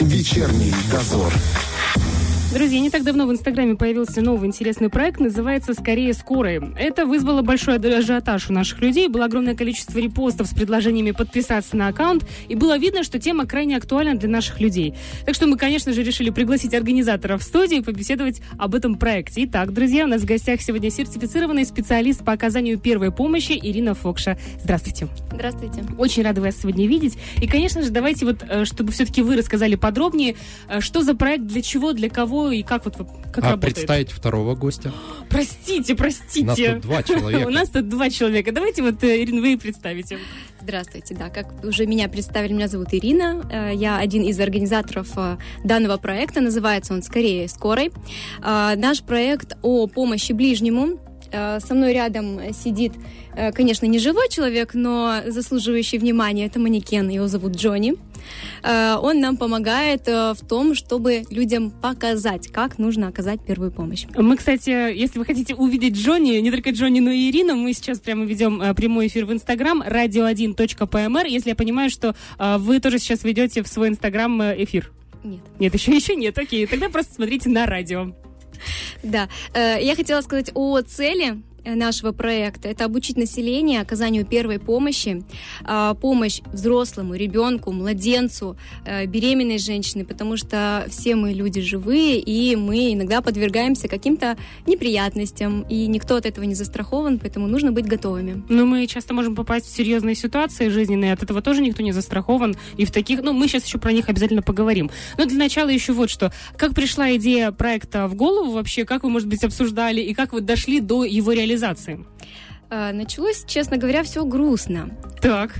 Вечерний дозор. Друзья, не так давно в Инстаграме появился новый интересный проект, называется «Скорее скорой». Это вызвало большой ажиотаж у наших людей, было огромное количество репостов с предложениями подписаться на аккаунт, и было видно, что тема крайне актуальна для наших людей. Так что мы, конечно же, решили пригласить организаторов в студию и побеседовать об этом проекте. Итак, друзья, у нас в гостях сегодня сертифицированный специалист по оказанию первой помощи Ирина Фокша. Здравствуйте. Здравствуйте. Очень рада вас сегодня видеть. И, конечно же, давайте вот, чтобы все-таки вы рассказали подробнее, что за проект, для чего, для кого и как работает. Представить второго гостя. Простите. У нас тут 2 человека. У нас тут 2 человека. Давайте вот, Ирина, вы представите. Здравствуйте, да, как уже меня представили, меня зовут Ирина, я один из организаторов данного проекта, называется он «Скорее скорой». Наш проект о помощи ближнему. Со мной рядом сидит, конечно, не живой человек, но заслуживающий внимания. Это манекен, его зовут Джонни. Он нам помогает в том, чтобы людям показать, как нужно оказать первую помощь. Мы, кстати, если вы хотите увидеть Джонни, не только Джонни, но и Ирину, мы сейчас прямо ведем прямой эфир в Инстаграм radio1.pmr. Если я понимаю, что вы тоже сейчас ведете в свой Инстаграм эфир. Нет. Нет, еще нет. Окей, тогда просто смотрите на радио. Да, я хотела сказать о цели нашего проекта. Это обучить население оказанию первой помощи, помощь взрослому, ребенку, младенцу, беременной женщине, потому что все мы люди живые, и мы иногда подвергаемся каким-то неприятностям, и никто от этого не застрахован, поэтому нужно быть готовыми. Но мы часто можем попасть в серьезные ситуации жизненные, от этого тоже никто не застрахован, и в таких, мы сейчас еще про них обязательно поговорим. Но для начала еще вот что. Как пришла идея проекта в голову вообще, как вы, может быть, обсуждали, и как вы дошли до его реализации? Началось, честно говоря, все грустно. Так.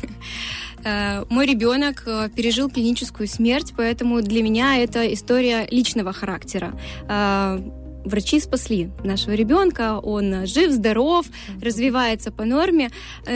Мой ребенок пережил клиническую смерть, поэтому для меня это история личного характера. Врачи спасли нашего ребенка, он жив, здоров, развивается по норме,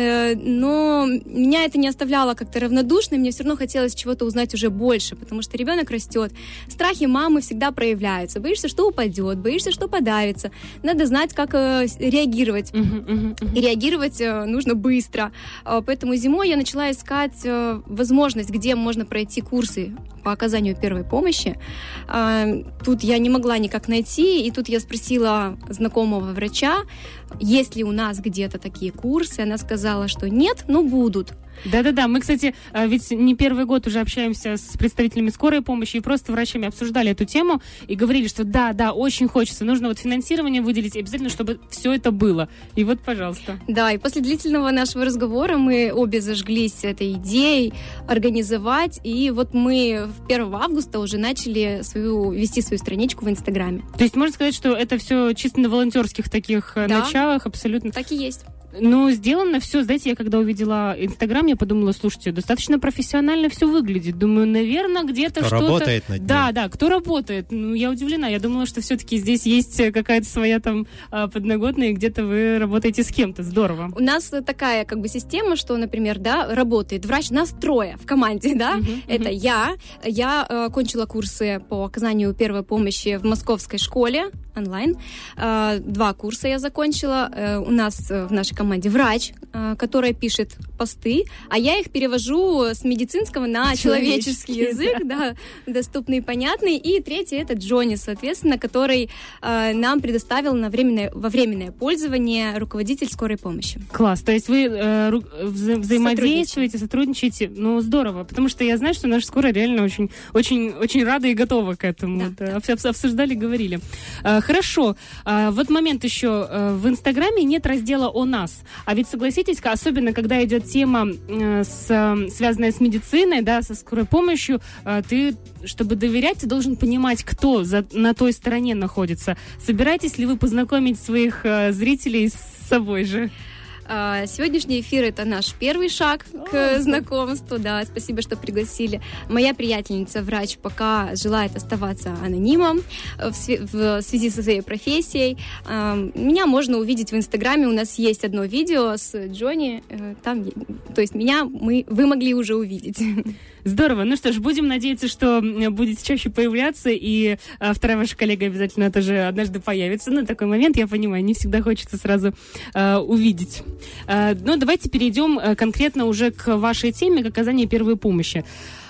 но меня это не оставляло как-то равнодушной, мне все равно хотелось чего-то узнать уже больше, потому что ребенок растет, страхи мамы всегда проявляются, боишься, что упадет, боишься, что подавится, надо знать, как реагировать, и реагировать нужно быстро, поэтому зимой я начала искать возможность, где можно пройти курсы по оказанию первой помощи. Тут я не могла никак найти, и тут я спросила знакомого врача, есть ли у нас где-то такие курсы. Она сказала, что нет, но будут. Да-да-да, мы, кстати, ведь не первый год уже общаемся с представителями скорой помощи и просто врачами обсуждали эту тему и говорили, что да, очень хочется, нужно вот финансирование выделить, и обязательно, чтобы все это было. И вот, пожалуйста. Да, и после длительного нашего разговора мы обе зажглись этой идеей организовать, и вот мы 1 августа уже начали вести свою страничку в Инстаграме. То есть можно сказать, что это все чисто на волонтерских таких началах абсолютно? Так и есть. Ну, сделано все, знаете, я когда увидела Инстаграм, я подумала, слушайте, достаточно профессионально все выглядит. Думаю, наверное, где-то кто что-то... работает над ним. Да, кто работает. Ну, я удивлена. Я думала, что все-таки здесь есть какая-то своя там подноготная, и где-то вы работаете с кем-то. Здорово. У нас такая система, что, например, работает врач, нас 3 в команде, да? Это я кончила курсы по оказанию первой помощи в московской школе онлайн. 2 курса я закончила. У нас в нашей команде врач, который пишет посты, а я их перевожу с медицинского на человеческий язык, доступный и понятный. И 3 это Джонни, соответственно, который нам предоставил во временное пользование руководитель скорой помощи. Класс, то есть вы взаимодействуете, сотрудничаете, здорово, потому что я знаю, что наша скорая реально очень, очень, очень рада и готова к этому. Да. Обсуждали, говорили. Хорошо, вот момент еще, в Инстаграме нет раздела «О нас». А ведь согласитесь, особенно когда идет тема, связанная с медициной, со скорой помощью, ты, чтобы доверять, ты должен понимать, кто на той стороне находится. Собираетесь ли вы познакомить своих зрителей с собой же? Сегодняшний эфир — это наш первый шаг к знакомству. Да, спасибо, что пригласили. Моя приятельница, врач, пока желает оставаться анонимом в связи со своей профессией. Меня можно увидеть в Инстаграме. У нас есть одно видео с Джонни. Там, то есть вы могли уже увидеть. Здорово. Ну что ж, будем надеяться, что будете чаще появляться, и вторая ваша коллега обязательно тоже однажды появится. На такой момент, я понимаю, не всегда хочется сразу увидеть. Но давайте перейдем конкретно уже к вашей теме, к оказанию первой помощи.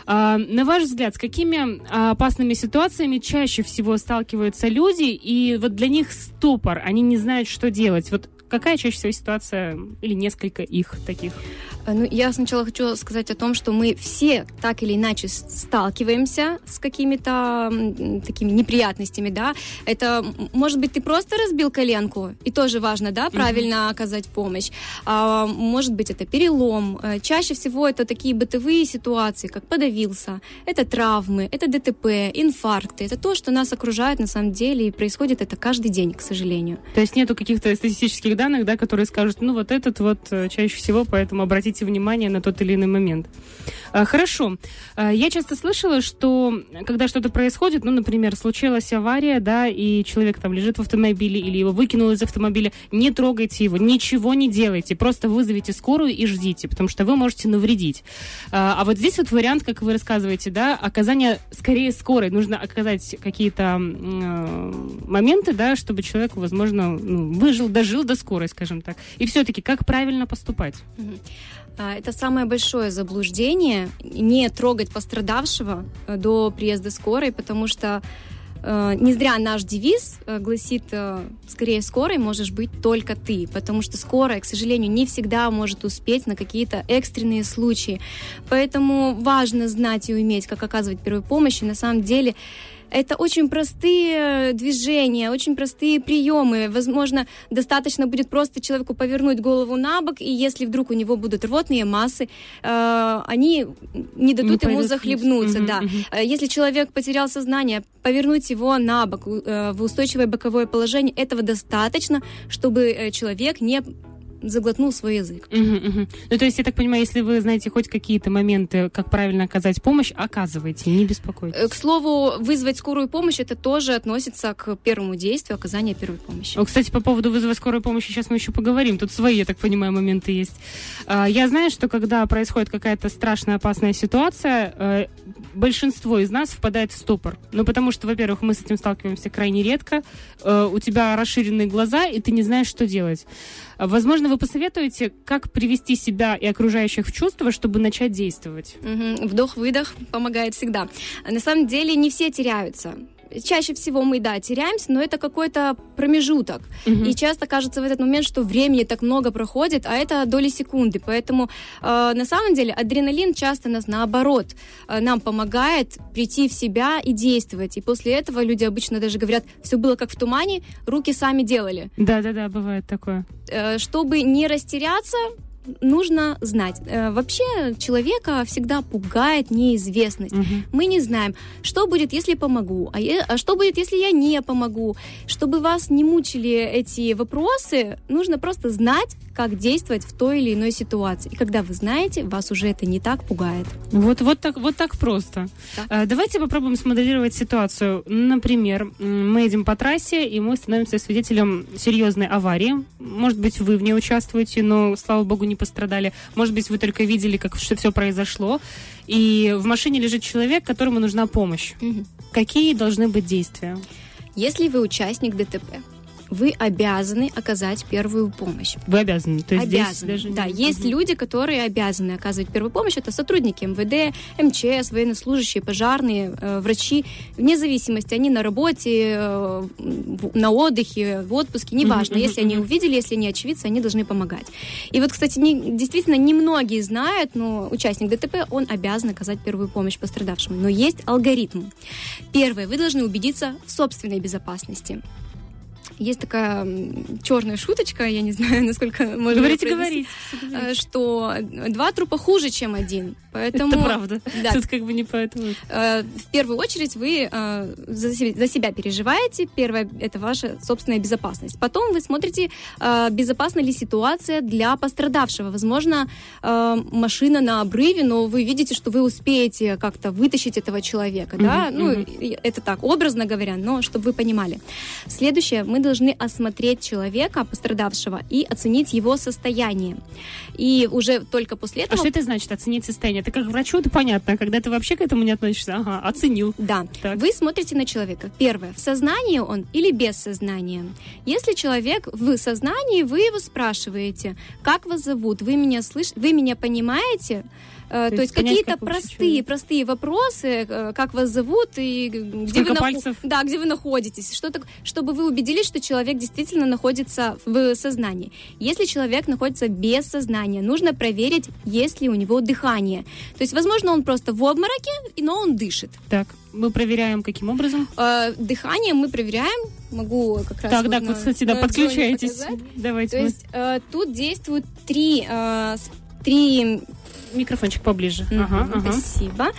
На ваш взгляд, с какими опасными ситуациями чаще всего сталкиваются люди, и вот для них ступор, они не знают, что делать? Вот какая чаще всего ситуация или несколько их таких? Ну, я сначала хочу сказать о том, что мы все так или иначе сталкиваемся с какими-то такими неприятностями, да. Это, может быть, ты просто разбил коленку, и тоже важно, да, правильно оказать помощь. Может быть, это перелом. Чаще всего это такие бытовые ситуации, как подавился, это травмы, это ДТП, инфаркты. Это то, что нас окружает на самом деле, и происходит это каждый день, к сожалению. То есть нету каких-то статистических данных, да, которые скажут, ну, вот этот вот чаще всего, поэтому обратите внимание на тот или иной момент. Хорошо. Я часто слышала, что когда что-то происходит, ну, например, случилась авария, да, и человек там лежит в автомобиле или его выкинуло из автомобиля, не трогайте его, ничего не делайте, просто вызовите скорую и ждите, потому что вы можете навредить. А вот здесь вот вариант, как вы рассказываете, да, оказание скорее скорой. Нужно оказать какие-то моменты, да, чтобы человек, возможно, выжил, дожил до скорой, скажем так. И все-таки, как правильно поступать? Это самое большое заблуждение, не трогать пострадавшего до приезда скорой, потому что не зря наш девиз гласит «скорее скорой можешь быть только ты», потому что скорая, к сожалению, не всегда может успеть на какие-то экстренные случаи. Поэтому важно знать и уметь, как оказывать первую помощь, и на самом деле это очень простые движения, очень простые приемы. Возможно, достаточно будет просто человеку повернуть голову на бок, и если вдруг у него будут рвотные массы, они не дадут ему захлебнуться. Да. Если человек потерял сознание, повернуть его на бок в устойчивое боковое положение, этого достаточно, чтобы человек не заглотнул свой язык. Ну, то есть, я так понимаю, если вы знаете хоть какие-то моменты, как правильно оказать помощь, оказывайте, не беспокойтесь. К слову, вызвать скорую помощь, это тоже относится к первому действию оказания первой помощи. Кстати, по поводу вызова скорой помощи сейчас мы еще поговорим. Тут свои, я так понимаю, моменты есть. Я знаю, что когда происходит какая-то страшная, опасная ситуация, большинство из нас впадает в ступор. Ну, потому что, во-первых, мы с этим сталкиваемся крайне редко, у тебя расширенные глаза, и ты не знаешь, что делать. Возможно, вы посоветуете, как привести себя и окружающих в чувство, чтобы начать действовать? Вдох-выдох помогает всегда. На самом деле не все теряются. Чаще всего мы, да, теряемся, но это какой-то промежуток. И часто кажется в этот момент, что времени так много проходит, а это доли секунды. Поэтому на самом деле адреналин часто нас наоборот нам помогает прийти в себя и действовать. И после этого люди обычно даже говорят, все было как в тумане, руки сами делали. Да, бывает такое. Чтобы не растеряться, нужно знать. Вообще человека всегда пугает неизвестность. Мы не знаем, что будет, если помогу, а что будет, если я не помогу. Чтобы вас не мучили эти вопросы, нужно просто знать, как действовать в той или иной ситуации. И когда вы знаете, вас уже это не так пугает. Вот так просто. Да. Давайте попробуем смоделировать ситуацию. Например, мы едем по трассе, и мы становимся свидетелем серьезной аварии. Может быть, вы в ней участвуете, но, слава богу, не пострадали. Может быть, вы только видели, как все произошло. И в машине лежит человек, которому нужна помощь. Какие должны быть действия? Если вы участник ДТП, вы обязаны оказать первую помощь. Вы обязаны? То есть обязаны, здесь даже... Да, есть люди, которые обязаны оказывать первую помощь. Это сотрудники МВД, МЧС, военнослужащие, пожарные, врачи. Вне зависимости, они на работе, на отдыхе, в отпуске, неважно. Если они увидели, если они очевидцы, они должны помогать. И вот, кстати, действительно, немногие знают, но участник ДТП, он обязан оказать первую помощь пострадавшему. Но есть алгоритм. Первое, вы должны убедиться в собственной безопасности. Есть такая черная шуточка, я не знаю, насколько можно говорить, что 2 трупа хуже, чем 1. Поэтому, это правда. Да. Тут как бы не поэтому. В первую очередь вы за себя переживаете. Первое – это ваша собственная безопасность. Потом вы смотрите, безопасна ли ситуация для пострадавшего. Возможно, машина на обрыве, но вы видите, что вы успеете как-то вытащить этого человека. Да? Это так, образно говоря, но чтобы вы понимали. Следующее, мы должны осмотреть человека, пострадавшего, и оценить его состояние. И уже только после этого... А что это значит, оценить состояние? Это как врачу, это понятно. А когда ты вообще к этому не относишься, оценил. Да. Так. Вы смотрите на человека. Первое, в сознании он или без сознания. Если человек в сознании, вы его спрашиваете, как вас зовут, вы меня слышите, вы меня понимаете? То есть какие-то простые вопросы, как вас зовут и где вы находитесь, чтобы вы убедились, что человек действительно находится в сознании. Если человек находится без сознания, нужно проверить, есть ли у него дыхание. То есть, возможно, он просто в обмороке, но он дышит. Так, мы проверяем каким образом? Дыхание мы проверяем. Могу как раз... Так, вот, кстати, подключайтесь. Давайте. То есть тут действуют три... Микрофончик поближе. Спасибо.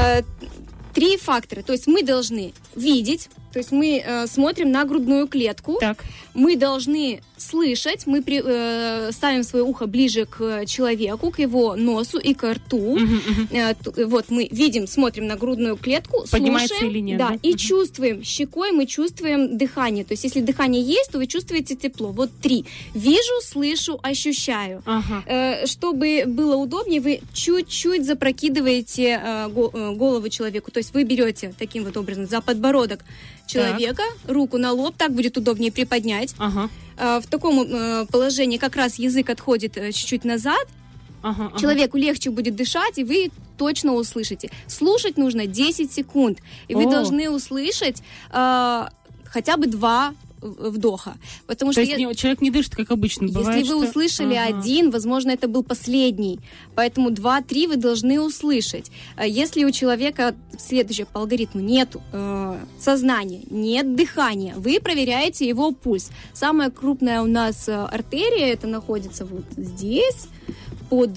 3 фактора. То есть мы должны видеть, то есть мы смотрим на грудную клетку. Так. Мы должны слышать, мы ставим свое ухо ближе к человеку, к его носу и к рту. Вот мы видим, смотрим на грудную клетку, поднимается слушаем, или нет, да, и чувствуем щекой, мы чувствуем дыхание. То есть если дыхание есть, то вы чувствуете тепло. Вот 3. Вижу, слышу, ощущаю. Чтобы было удобнее, вы чуть-чуть запрокидываете голову человеку. То есть вы берете таким вот образом за подбородок человека, руку на лоб, так будет удобнее приподнять. В таком положении как раз язык отходит чуть-чуть назад. Человеку легче будет дышать, и вы точно услышите. Слушать нужно 10 секунд, и вы должны услышать хотя бы 2 вдоха. Потому то что есть человек не дышит, как обычно бывает. Если вы услышали 1, возможно, это был последний. Поэтому 2-3 вы должны услышать. Если у человека, следующее по алгоритму, нет сознания, нет дыхания, вы проверяете его пульс. Самая крупная у нас артерия, это находится вот здесь, под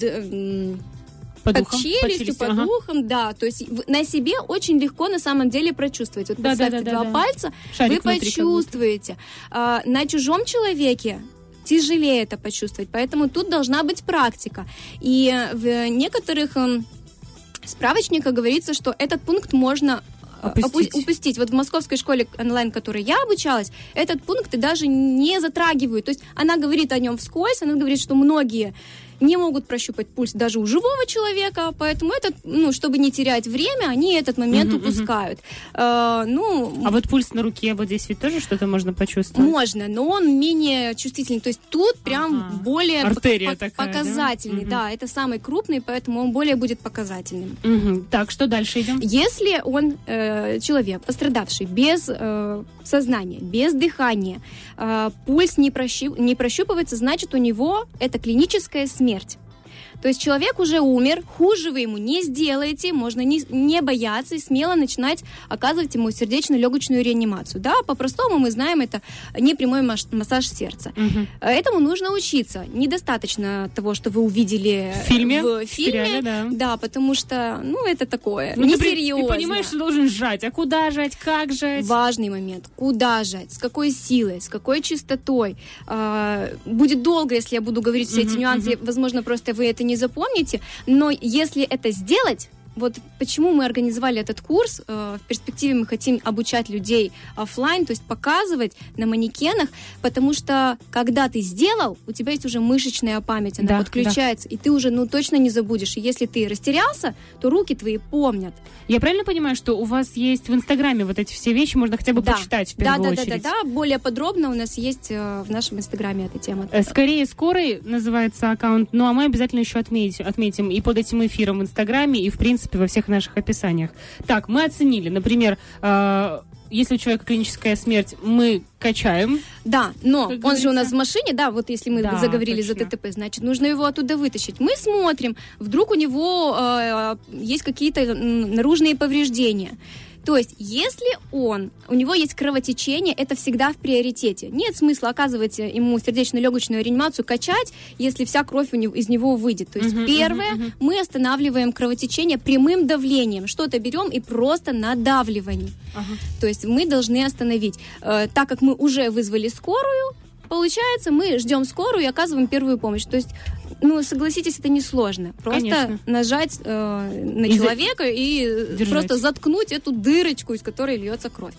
челюстью, под ухом, да, то есть на себе очень легко на самом деле прочувствовать. Вот представьте, 2 пальца, шарик вы почувствуете. На чужом человеке тяжелее это почувствовать, поэтому тут должна быть практика. И в некоторых справочниках говорится, что этот пункт можно упустить. Вот в московской школе онлайн, в которой я обучалась, этот пункт даже не затрагивают. То есть она говорит о нем вскользь, она говорит, что многие не могут прощупать пульс даже у живого человека, поэтому чтобы не терять время, они этот момент упускают. А вот пульс на руке, вот здесь ведь тоже что-то можно почувствовать? Можно, но он менее чувствительный, то есть тут прям более показательный. Да, это самый крупный, поэтому он более будет показательным. Так, что дальше идем? Если он человек, пострадавший без сознания, без дыхания, пульс не прощупывается, значит, у него это клиническая смерть. То есть человек уже умер, хуже вы ему не сделаете, можно не бояться и смело начинать оказывать ему сердечно-легочную реанимацию. Да, по-простому мы знаем, это непрямой массаж сердца. Этому нужно учиться. Недостаточно того, что вы увидели в фильме. Сериале, да, потому что, это такое, несерьезно. Ты понимаешь, что должен сжать, а куда жать, как жать? Важный момент. Куда жать, с какой силой, с какой частотой. Будет долго, если я буду говорить все эти нюансы, возможно, просто вы это не запомните, но если это сделать, вот почему мы организовали этот курс, в перспективе мы хотим обучать людей офлайн, то есть показывать на манекенах, потому что когда ты сделал, у тебя есть уже мышечная память, она подключается, и ты уже точно не забудешь. И если ты растерялся, то руки твои помнят. Я правильно понимаю, что у вас есть в Инстаграме вот эти все вещи, можно хотя бы почитать в первую очередь? Да, более подробно у нас есть в нашем Инстаграме эта тема. «Скорее скорой» называется аккаунт, а мы обязательно еще отметим и под этим эфиром в Инстаграме, и в принципе во всех наших описаниях. Так, мы оценили, например, если у человека клиническая смерть, мы качаем. Да, но он же у нас в машине, вот если мы заговорили за ТТП, значит, нужно его оттуда вытащить. Мы смотрим, вдруг у него есть какие-то наружные повреждения. То есть, если у него есть кровотечение, это всегда в приоритете. Нет смысла оказывать ему сердечно-легочную реанимацию, качать, если вся кровь из него выйдет. То есть, первое, мы останавливаем кровотечение прямым давлением. Что-то берем и просто надавливанием. То есть, мы должны остановить. Так как мы уже вызвали скорую, получается, мы ждем скорую и оказываем первую помощь. То есть, согласитесь, это несложно. Просто нажать на человека и просто заткнуть эту дырочку, из которой льется кровь.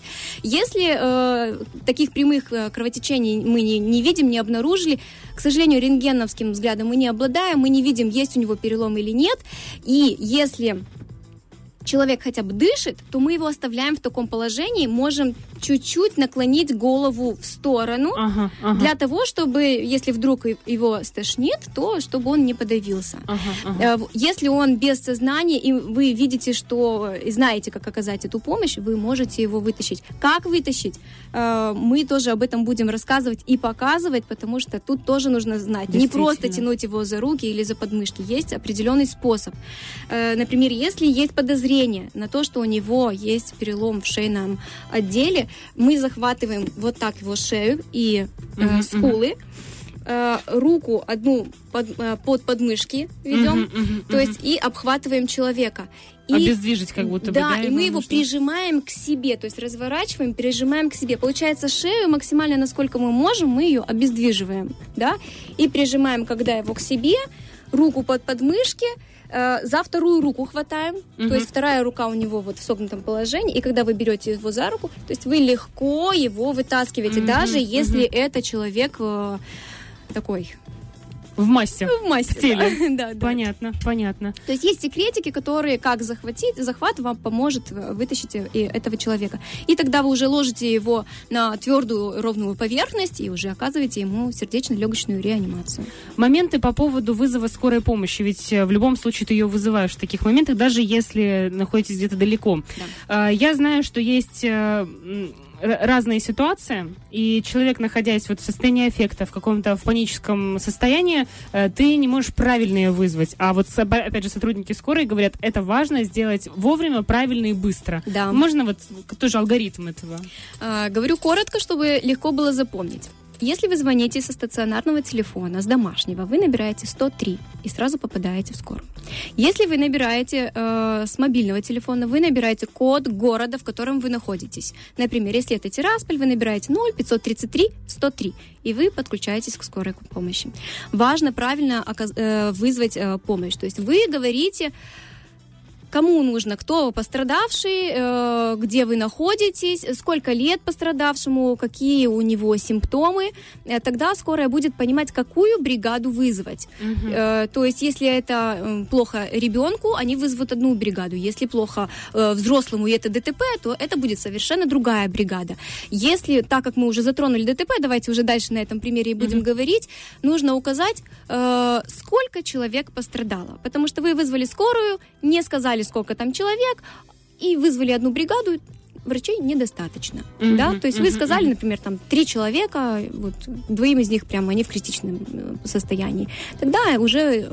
Если таких прямых кровотечений мы не видим, не обнаружили, к сожалению, рентгеновским взглядом мы не обладаем, мы не видим, есть у него перелом или нет. И если человек хотя бы дышит, то мы его оставляем в таком положении, можем чуть-чуть наклонить голову в сторону, для того, чтобы, если вдруг его стошнит, то чтобы он не подавился. Если он без сознания, и вы видите, что и знаете, как оказать эту помощь, вы можете его вытащить. Как вытащить? Мы тоже об этом будем рассказывать и показывать, потому что тут тоже нужно знать. Не просто тянуть его за руки или за подмышки. Есть определенный способ. Например, если есть подозрение на то, что у него есть перелом в шейном отделе, мы захватываем вот так его шею и скулы, руку одну под подмышки ведем, то есть и обхватываем человека. И, обездвижить как будто бы. Да, и мы его прижимаем к себе, то есть разворачиваем, прижимаем к себе. Получается, шею максимально, насколько мы можем, мы ее обездвиживаем, да, и прижимаем, когда его к себе, руку под подмышки, за вторую руку хватаем, то есть вторая рука у него вот в согнутом положении, и когда вы берете его за руку, то есть вы легко его вытаскиваете, даже если это человек такой... В массе. В массе, в теле. Да. Понятно. То есть есть секретики, которые, как захват вам поможет вытащить этого человека. И тогда вы уже ложите его на твердую ровную поверхность и уже оказываете ему сердечно-легочную реанимацию. Моменты по поводу вызова скорой помощи. Ведь в любом случае ты ее вызываешь в таких моментах, даже если находитесь где-то далеко. Да. Я знаю, что есть... разные ситуации, и человек, находясь вот в состоянии аффекта, в каком-то в паническом состоянии, ты не можешь правильно ее вызвать. А вот, опять же, сотрудники скорой говорят, это важно сделать вовремя, правильно и быстро. Да. Можно вот тоже алгоритм этого? Говорю коротко, чтобы легко было запомнить. Если вы звоните со стационарного телефона, с домашнего, вы набираете 103 и сразу попадаете в скорую. Если вы набираете с мобильного телефона, вы набираете код города, в котором вы находитесь. Например, если это Тирасполь, вы набираете 0-533-103, и вы подключаетесь к скорой помощи. Важно правильно вызвать помощь. То есть вы говорите... Кому нужно, кто пострадавший, где вы находитесь, сколько лет пострадавшему, какие у него симптомы. Тогда скорая будет понимать, какую бригаду вызвать. То есть, если это плохо ребенку, они вызовут одну бригаду. Если плохо взрослому и это ДТП, то это будет совершенно другая бригада. Если, так как мы уже затронули ДТП, давайте уже дальше на этом примере и будем говорить, нужно указать, сколько человек пострадало. Потому что вы вызвали скорую, не сказали, сколько там человек, и вызвали одну бригаду, врачей недостаточно. Да? То есть вы сказали, например, там 3 человека, вот, 2 из них прямо они в критичном состоянии. Тогда уже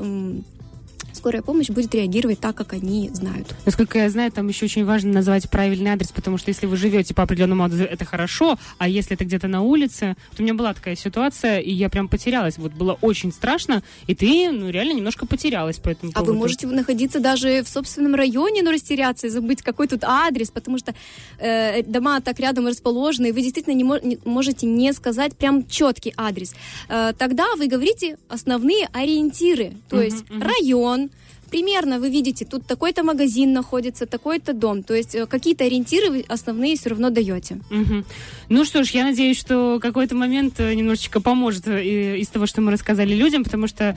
скорая помощь будет реагировать так, как они знают. Насколько я знаю, там еще очень важно назвать правильный адрес, потому что если вы живете по определенному адресу, это хорошо, а если это где-то на улице... Вот у меня была такая ситуация, и я прям потерялась. Вот было очень страшно, и ты, реально немножко потерялась по этому поводу. А вы можете находиться даже в собственном районе, но растеряться и забыть, какой тут адрес, потому что дома так рядом расположены, и вы действительно не можете не сказать прям четкий адрес. Тогда вы говорите основные ориентиры, то есть район, примерно вы видите, тут такой-то магазин находится, такой-то дом. То есть какие-то ориентиры вы основные все равно даете. Ну что ж, я надеюсь, что какой-то момент немножечко поможет из того, что мы рассказали людям, потому что...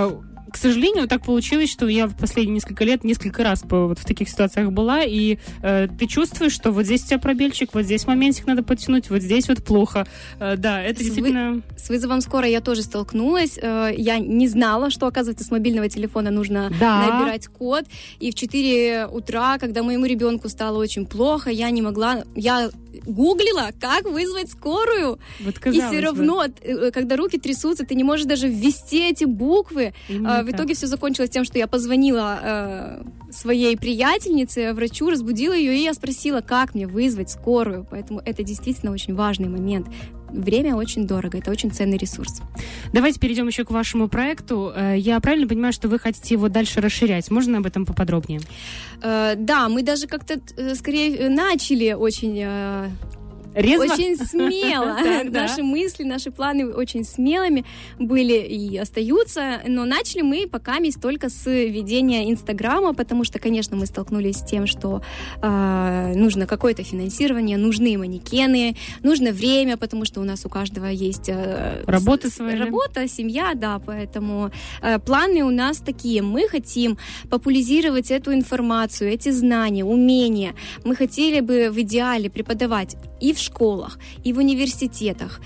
К сожалению, так получилось, что я в последние несколько лет несколько раз вот в таких ситуациях была, и ты чувствуешь, что вот здесь у тебя пробельчик, вот здесь моментик надо подтянуть, вот здесь вот плохо. Да, это действительно... С вызовом скорой я тоже столкнулась. Я не знала, что, оказывается, с мобильного телефона нужно набирать код. И в 4 утра, когда моему ребенку стало очень плохо, я не могла... Я гуглила, как вызвать скорую. Вот, и все равно, когда руки трясутся, ты не можешь даже ввести эти буквы. В итоге все закончилось тем, что я позвонила своей приятельнице, врачу, разбудила ее, и я спросила, как мне вызвать скорую. Поэтому это действительно очень важный момент. Время очень дорого, это очень ценный ресурс. Давайте перейдем еще к вашему проекту. Я правильно понимаю, что вы хотите его дальше расширять? Можно об этом поподробнее? Да, мы даже как-то скорее начали очень Резво? Очень смело. Наши мысли, наши планы очень смелыми были и остаются, но начали мы пока только с ведения Инстаграма, потому что, конечно, мы столкнулись с тем, что нужно какое-то финансирование, нужны манекены, нужно время, потому что у нас у каждого есть работа своя. Работа, семья, да, поэтому планы у нас такие. Мы хотим популяризировать эту информацию, эти знания, умения. Мы хотели бы в идеале преподавать и в школах, и в университетах,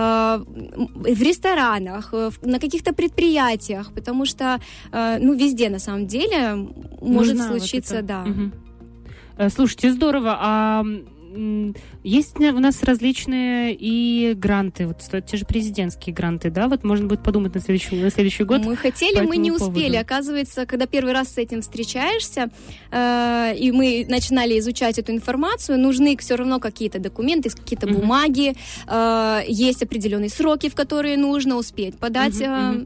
в ресторанах, на каких-то предприятиях, потому что, везде на самом деле может случиться, да. Угу. Слушайте, здорово. А есть у нас различные и гранты, вот те же президентские гранты, да? Вот можно будет подумать на следующий год. Мы хотели, мы не успели. Оказывается, когда первый раз с этим встречаешься, и мы начинали изучать эту информацию, нужны все равно какие-то документы, какие-то бумаги, есть определенные сроки, в которые нужно успеть подать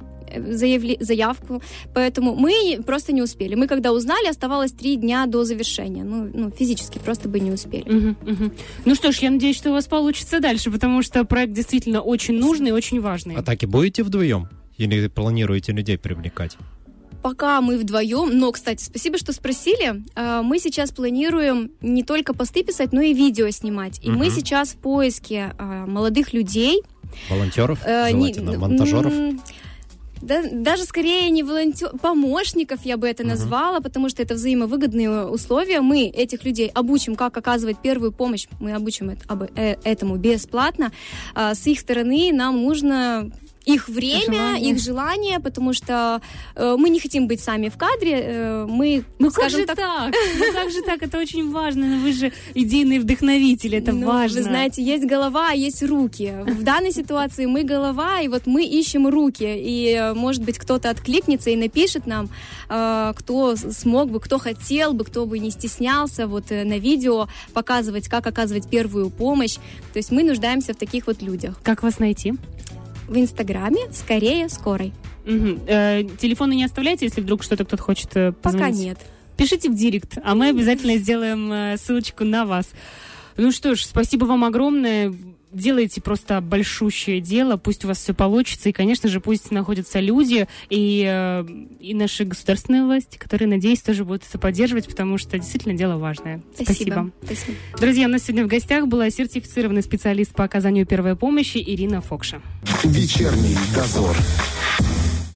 заявку, поэтому мы просто не успели. Мы когда узнали, оставалось 3 дня до завершения. Физически просто бы не успели. Ну что ж, я надеюсь, что у вас получится дальше, потому что проект действительно очень нужный и очень важный. А так и будете вдвоем? Или планируете людей привлекать? Пока мы вдвоем, но, кстати, спасибо, что спросили. Мы сейчас планируем не только посты писать, но и видео снимать. И мы сейчас в поиске молодых людей. Волонтеров? Желательно, монтажеров? Да, даже скорее не помощников я бы это назвала, потому что это взаимовыгодные условия. Мы этих людей обучим, как оказывать первую помощь. Мы обучим этому бесплатно. С их стороны нам нужно их время, их желание, потому что мы не хотим быть сами в кадре. Как же так? Это очень важно. Вы же идейные вдохновители, это важно. Вы знаете, есть голова, а есть руки. В данной ситуации мы голова, и вот мы ищем руки. И, может быть, кто-то откликнется и напишет нам, кто смог бы, кто хотел бы, кто бы не стеснялся вот на видео показывать, как оказывать первую помощь. То есть мы нуждаемся в таких вот людях. Как вас найти? В Инстаграме «Скорее скорой». Телефоны не оставляйте, если вдруг что-то кто-то хочет позвонить? Пока нет. Пишите в директ, а мы обязательно сделаем ссылочку на вас. Ну что ж, спасибо вам огромное. Делайте просто большущее дело, пусть у вас все получится, и, конечно же, пусть находятся люди и наши государственные власти, которые, надеюсь, тоже будут это поддерживать, потому что действительно дело важное. Спасибо. Друзья, у нас сегодня в гостях была сертифицированный специалист по оказанию первой помощи Ирина Фокша. Вечерний дозор.